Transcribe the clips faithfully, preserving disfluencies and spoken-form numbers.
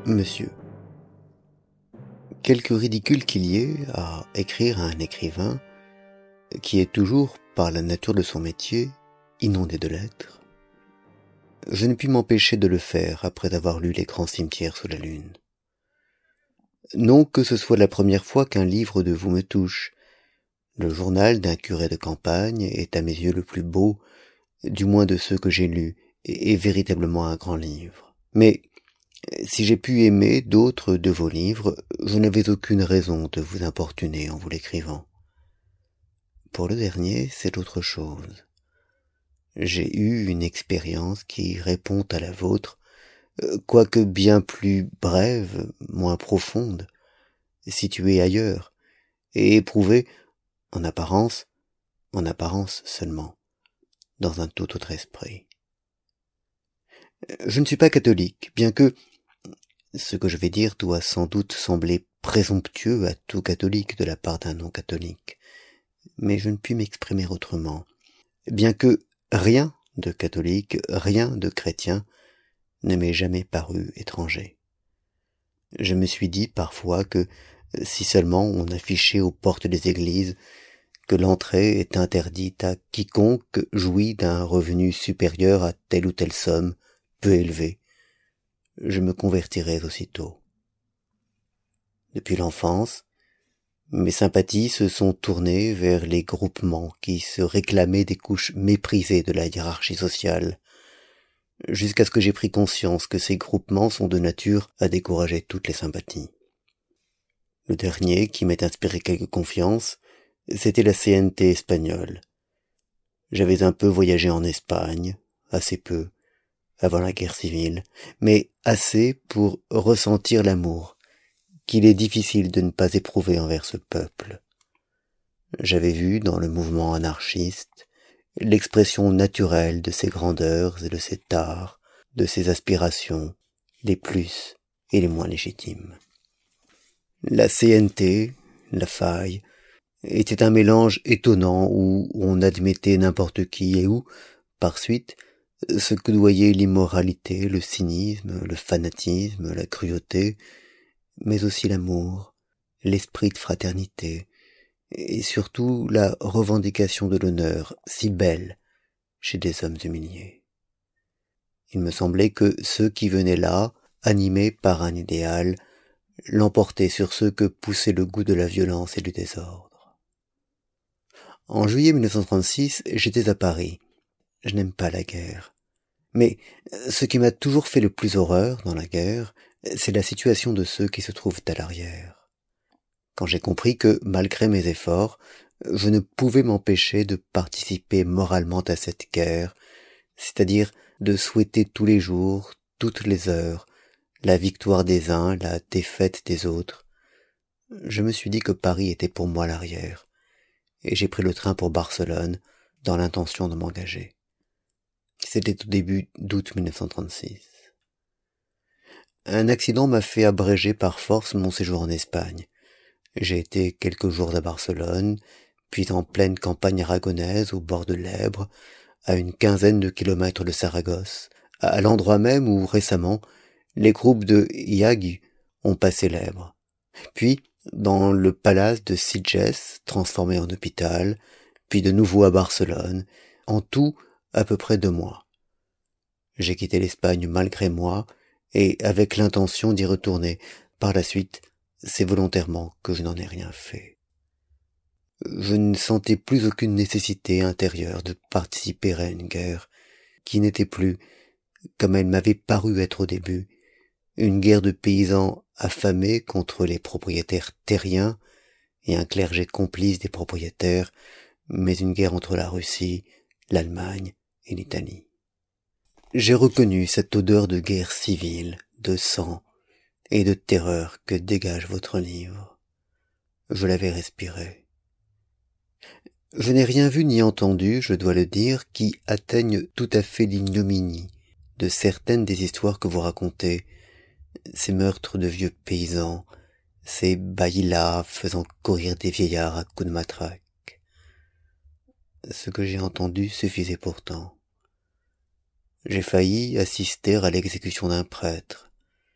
Monsieur, quelque ridicule qu'il y ait à écrire à un écrivain qui est toujours, par la nature de son métier, inondé de lettres, je ne puis m'empêcher de le faire après avoir lu Les Grands Cimetières sous la Lune. Non que ce soit la première fois qu'un livre de vous me touche. Le journal d'un curé de campagne est à mes yeux le plus beau, du moins de ceux que j'ai lus, et est véritablement un grand livre. Mais si j'ai pu aimer d'autres de vos livres, je n'avais aucune raison de vous importuner en vous l'écrivant. Pour le dernier, c'est autre chose. J'ai eu une expérience qui répond à la vôtre, quoique bien plus brève, moins profonde, située ailleurs, et éprouvée, en apparence, en apparence seulement, dans un tout autre esprit. Je ne suis pas catholique, bien que ce que je vais dire doit sans doute sembler présomptueux à tout catholique de la part d'un non-catholique, mais je ne puis m'exprimer autrement, bien que rien de catholique, rien de chrétien ne m'ait jamais paru étranger. Je me suis dit parfois que si seulement on affichait aux portes des églises que l'entrée est interdite à quiconque jouit d'un revenu supérieur à telle ou telle somme, peu élevée, je me convertirais aussitôt. Depuis l'enfance, mes sympathies se sont tournées vers les groupements qui se réclamaient des couches méprisées de la hiérarchie sociale, jusqu'à ce que j'ai pris conscience que ces groupements sont de nature à décourager toutes les sympathies. Le dernier qui m'ait inspiré quelque confiance, c'était la C N T espagnole. J'avais un peu voyagé en Espagne, assez peu, avant la guerre civile, mais assez pour ressentir l'amour qu'il est difficile de ne pas éprouver envers ce peuple. J'avais vu dans le mouvement anarchiste l'expression naturelle de ses grandeurs et de ses tares, de ses aspirations, les plus et les moins légitimes. La C N T, la faille, était un mélange étonnant où on admettait n'importe qui et où, par suite, se coudoyaient l'immoralité, le cynisme, le fanatisme, la cruauté, mais aussi l'amour, l'esprit de fraternité, et surtout la revendication de l'honneur, si belle chez des hommes humiliés. Il me semblait que ceux qui venaient là, animés par un idéal, l'emportaient sur ceux que poussait le goût de la violence et du désordre. En juillet mille neuf cent trente-six, j'étais à Paris. Je n'aime pas la guerre. Mais ce qui m'a toujours fait le plus horreur dans la guerre, c'est la situation de ceux qui se trouvent à l'arrière. Quand j'ai compris que, malgré mes efforts, je ne pouvais m'empêcher de participer moralement à cette guerre, c'est-à-dire de souhaiter tous les jours, toutes les heures, la victoire des uns, la défaite des autres, je me suis dit que Paris était pour moi l'arrière, et j'ai pris le train pour Barcelone dans l'intention de m'engager. C'était au début d'août mille neuf cent trente-six. Un accident m'a fait abréger par force mon séjour en Espagne. J'ai été quelques jours à Barcelone, puis en pleine campagne aragonaise, au bord de l'Èbre, à une quinzaine de kilomètres de Saragosse, à l'endroit même où, récemment, les groupes de Yag ont passé l'Èbre. Puis, dans le palace de Sitges, transformé en hôpital, puis de nouveau à Barcelone, en tout, à peu près deux mois. J'ai quitté l'Espagne malgré moi, et avec l'intention d'y retourner. Par la suite, c'est volontairement que je n'en ai rien fait. Je ne sentais plus aucune nécessité intérieure de participer à une guerre qui n'était plus, comme elle m'avait paru être au début, une guerre de paysans affamés contre les propriétaires terriens et un clergé complice des propriétaires, mais une guerre entre la Russie, l'Allemagne et l'Italie. J'ai reconnu cette odeur de guerre civile, de sang et de terreur que dégage votre livre. Je l'avais respirée. Je n'ai rien vu ni entendu, je dois le dire, qui atteigne tout à fait l'ignominie de certaines des histoires que vous racontez, ces meurtres de vieux paysans, ces baillis-là faisant courir des vieillards à coups de matraque. Ce que j'ai entendu suffisait pourtant. J'ai failli assister à l'exécution d'un prêtre.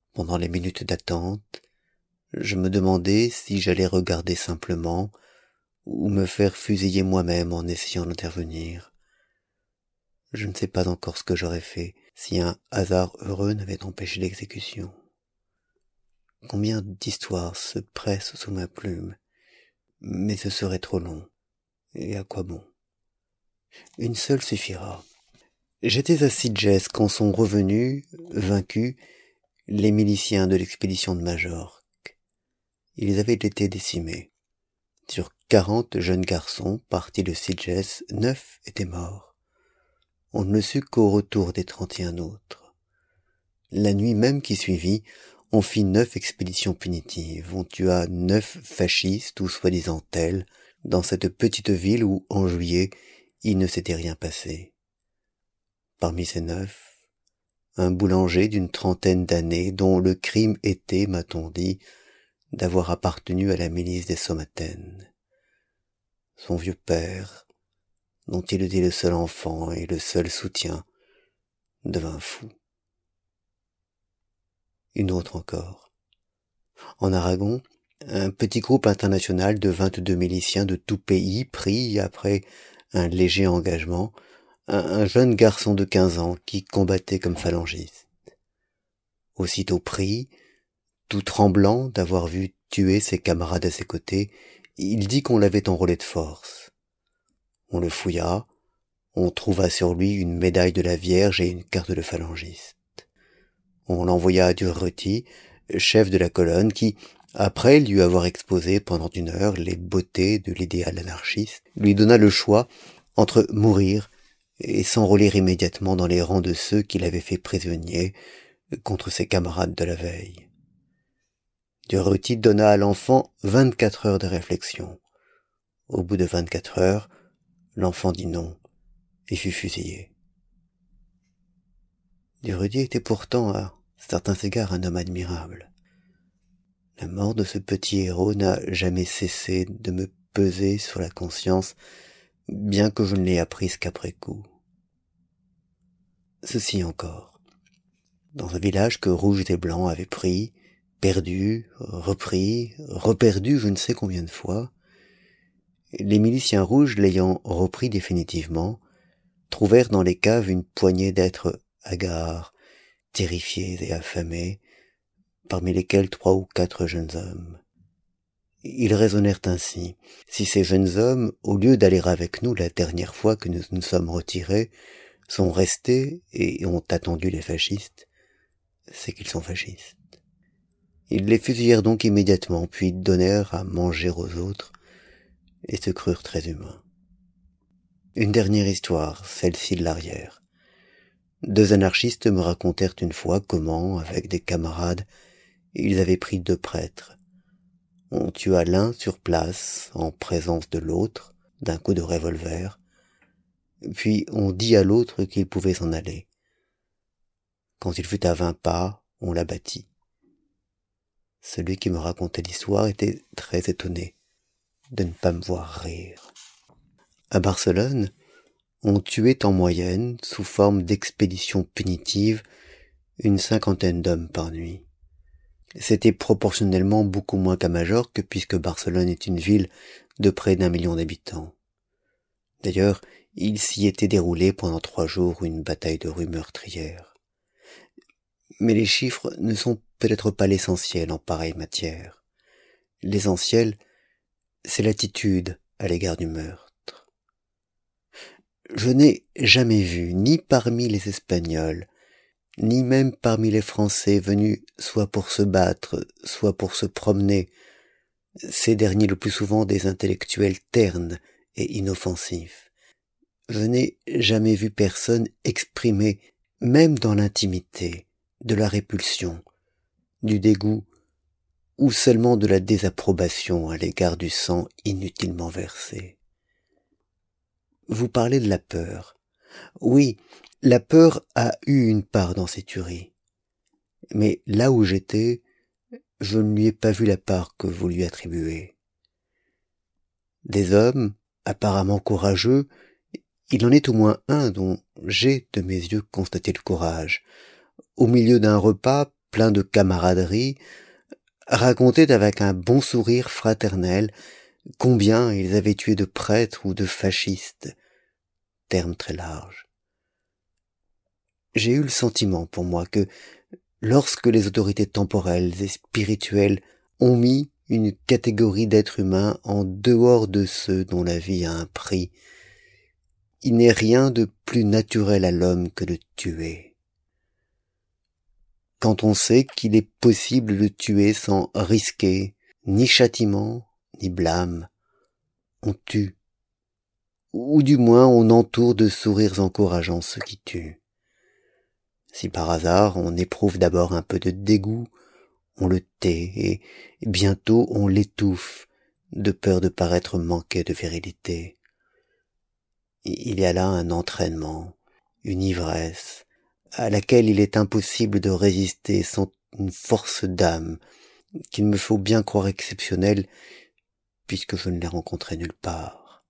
Pendant les minutes d'attente, je me demandais si j'allais regarder simplement ou me faire fusiller moi-même en essayant d'intervenir. Je ne sais pas encore ce que j'aurais fait si un hasard heureux n'avait empêché l'exécution. Combien d'histoires se pressent sous ma plume, mais ce serait trop long. Et à quoi bon? Une seule suffira. J'étais à Sitges quand sont revenus, vaincus, les miliciens de l'expédition de Majorque. Ils avaient été décimés. Sur quarante jeunes garçons partis de Sitges, neuf étaient morts. On ne le sut qu'au retour des trente et un autres. La nuit même qui suivit, on fit neuf expéditions punitives. On tua neuf fascistes, ou soi-disant tels, dans cette petite ville où, en juillet, il ne s'était rien passé. Parmi ces neuf, un boulanger d'une trentaine d'années, dont le crime était, m'a-t-on dit, d'avoir appartenu à la milice des Sommatènes. Son vieux père, dont il était le seul enfant et le seul soutien, devint fou. Une autre encore. En Aragon, un petit groupe international de vingt-deux miliciens de tout pays prit, après un léger engagement, un, un jeune garçon de quinze ans qui combattait comme phalangiste. Aussitôt pris, tout tremblant d'avoir vu tuer ses camarades à ses côtés, il dit qu'on l'avait enrôlé de force. On le fouilla, on trouva sur lui une médaille de la Vierge et une carte de phalangiste. On l'envoya à Durruti, chef de la colonne, qui, après lui avoir exposé pendant une heure les beautés de l'idéal anarchiste, lui donna le choix entre mourir et s'enrôler immédiatement dans les rangs de ceux qu'il avait fait prisonniers contre ses camarades de la veille. Durruti donna à l'enfant vingt-quatre heures de réflexion. Au bout de vingt-quatre heures, l'enfant dit non et fut fusillé. Durruti était pourtant, à certains égards, un homme admirable. La mort de ce petit héros n'a jamais cessé de me peser sur la conscience, bien que je ne l'ai apprise qu'après coup. Ceci encore. Dans un village que Rouge et Blanc avait pris, perdu, repris, reperdu je ne sais combien de fois, les miliciens rouges l'ayant repris définitivement, trouvèrent dans les caves une poignée d'êtres hagards, terrifiés et affamés, parmi lesquels trois ou quatre jeunes hommes. Ils raisonnèrent ainsi. Si ces jeunes hommes, au lieu d'aller avec nous la dernière fois que nous nous sommes retirés, sont restés et ont attendu les fascistes, c'est qu'ils sont fascistes. Ils les fusillèrent donc immédiatement, puis donnèrent à manger aux autres, et se crurent très humains. Une dernière histoire, celle-ci de l'arrière. Deux anarchistes me racontèrent une fois comment, avec des camarades, ils avaient pris deux prêtres. On tua l'un sur place, en présence de l'autre, d'un coup de revolver, puis on dit à l'autre qu'il pouvait s'en aller. Quand il fut à vingt pas, on l'abattit. Celui qui me racontait l'histoire était très étonné de ne pas me voir rire. À Barcelone, on tuait en moyenne, sous forme d'expédition punitive, une cinquantaine d'hommes par nuit. C'était proportionnellement beaucoup moins qu'à Majorque, puisque Barcelone est une ville de près d'un million d'habitants. D'ailleurs, il s'y était déroulé pendant trois jours une bataille de rue meurtrière. Mais les chiffres ne sont peut-être pas l'essentiel en pareille matière. L'essentiel, c'est l'attitude à l'égard du meurtre. Je n'ai jamais vu, ni parmi les Espagnols, ni même parmi les Français venus soit pour se battre, soit pour se promener, ces derniers le plus souvent des intellectuels ternes et inoffensifs. Je n'ai jamais vu personne exprimer, même dans l'intimité, de la répulsion, du dégoût, ou seulement de la désapprobation à l'égard du sang inutilement versé. Vous parlez de la peur. Oui, la peur a eu une part dans ces tueries. Mais là où j'étais, je ne lui ai pas vu la part que vous lui attribuez. Des hommes, apparemment courageux, il en est au moins un dont j'ai de mes yeux constaté le courage. Au milieu d'un repas, plein de camaraderie, racontaient avec un bon sourire fraternel combien ils avaient tué de prêtres ou de fascistes, terme très large. J'ai eu le sentiment pour moi que lorsque les autorités temporelles et spirituelles ont mis une catégorie d'êtres humains en dehors de ceux dont la vie a un prix, il n'est rien de plus naturel à l'homme que de tuer. Quand on sait qu'il est possible de tuer sans risquer ni châtiment, ni blâme, on tue. Ou du moins on entoure de sourires encourageants ceux qui tuent. Si par hasard on éprouve d'abord un peu de dégoût, on le tait et bientôt on l'étouffe, de peur de paraître manquer de virilité. Il y a là un entraînement, une ivresse, à laquelle il est impossible de résister sans une force d'âme, qu'il me faut bien croire exceptionnelle, puisque je ne l'ai rencontrée nulle part.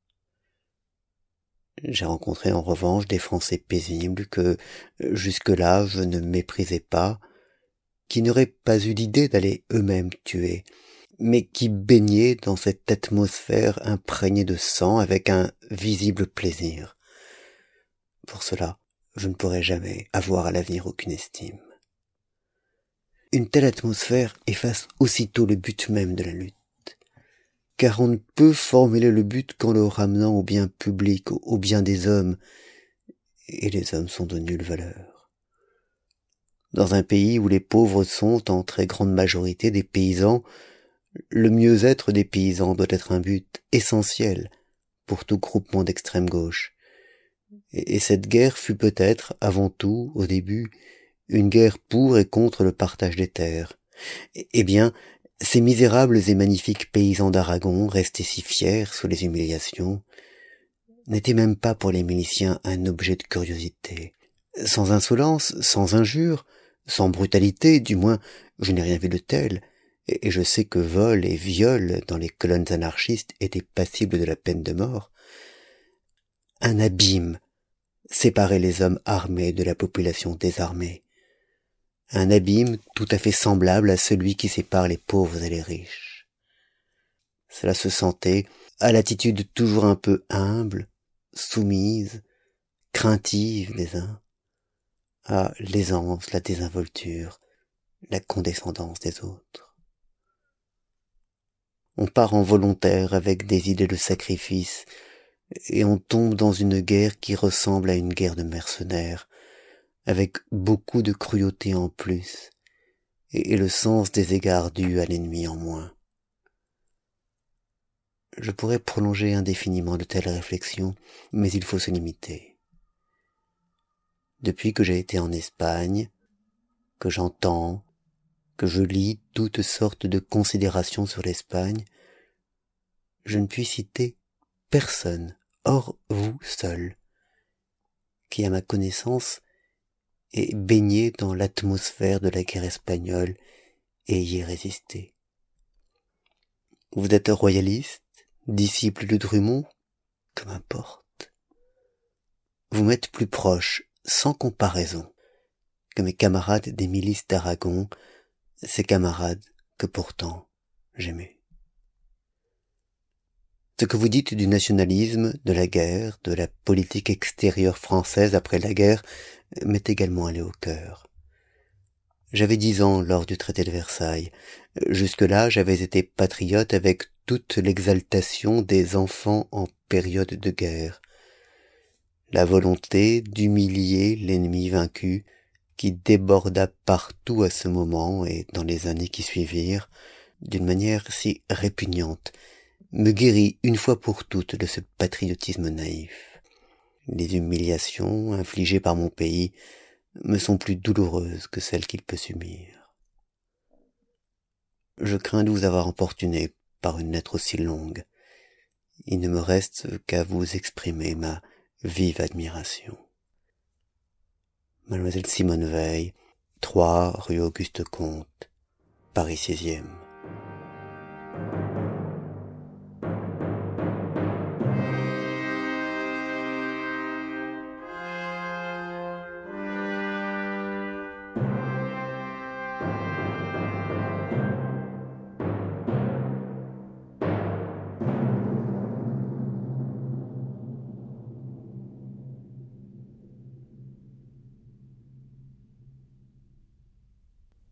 J'ai rencontré en revanche des Français paisibles que, jusque-là, je ne méprisais pas, qui n'auraient pas eu l'idée d'aller eux-mêmes tuer, mais qui baignaient dans cette atmosphère imprégnée de sang avec un visible plaisir. Pour cela, je ne pourrai jamais avoir à l'avenir aucune estime. Une telle atmosphère efface aussitôt le but même de la lutte, car on ne peut formuler le but qu'en le ramenant au bien public, au bien des hommes, et les hommes sont de nulle valeur. Dans un pays où les pauvres sont en très grande majorité des paysans, le mieux-être des paysans doit être un but essentiel pour tout groupement d'extrême gauche. Et, et cette guerre fut peut-être, avant tout, au début, une guerre pour et contre le partage des terres. Eh bien, ces misérables et magnifiques paysans d'Aragon, restés si fiers sous les humiliations, n'étaient même pas pour les miliciens un objet de curiosité. Sans insolence, sans injure, sans brutalité, du moins, je n'ai rien vu de tel, et, et je sais que vol et viol dans les colonnes anarchistes étaient passibles de la peine de mort. Un abîme séparait les hommes armés de la population désarmée. Un abîme tout à fait semblable à celui qui sépare les pauvres et les riches. Cela se sentait à l'attitude toujours un peu humble, soumise, craintive des uns, à l'aisance, la désinvolture, la condescendance des autres. On part en volontaire avec des idées de sacrifice, et on tombe dans une guerre qui ressemble à une guerre de mercenaires, avec beaucoup de cruauté en plus, et le sens des égards dus à l'ennemi en moins. Je pourrais prolonger indéfiniment de telles réflexions, mais il faut se limiter. Depuis que j'ai été en Espagne, que j'entends, que je lis toutes sortes de considérations sur l'Espagne, je ne puis citer personne, hors vous seul, qui, à ma connaissance, est baigné dans l'atmosphère de la guerre espagnole et y est résisté. Vous êtes royaliste, disciple de Drummond, que m'importe. Vous m'êtes plus proche, sans comparaison, que mes camarades des milices d'Aragon, ces camarades que pourtant j'aimais. Ce que vous dites du nationalisme, de la guerre, de la politique extérieure française après la guerre, m'est également allé au cœur. J'avais dix ans lors du traité de Versailles. Jusque-là, j'avais été patriote avec toute l'exaltation des enfants en période de guerre. La volonté d'humilier l'ennemi vaincu, qui déborda partout à ce moment et dans les années qui suivirent, d'une manière si répugnante, me guérit une fois pour toutes de ce patriotisme naïf. Les humiliations infligées par mon pays me sont plus douloureuses que celles qu'il peut subir. Je crains de vous avoir importuné par une lettre aussi longue. Il ne me reste qu'à vous exprimer ma vive admiration. Mademoiselle Simone Veil, trois rue Auguste Comte, Paris sixième.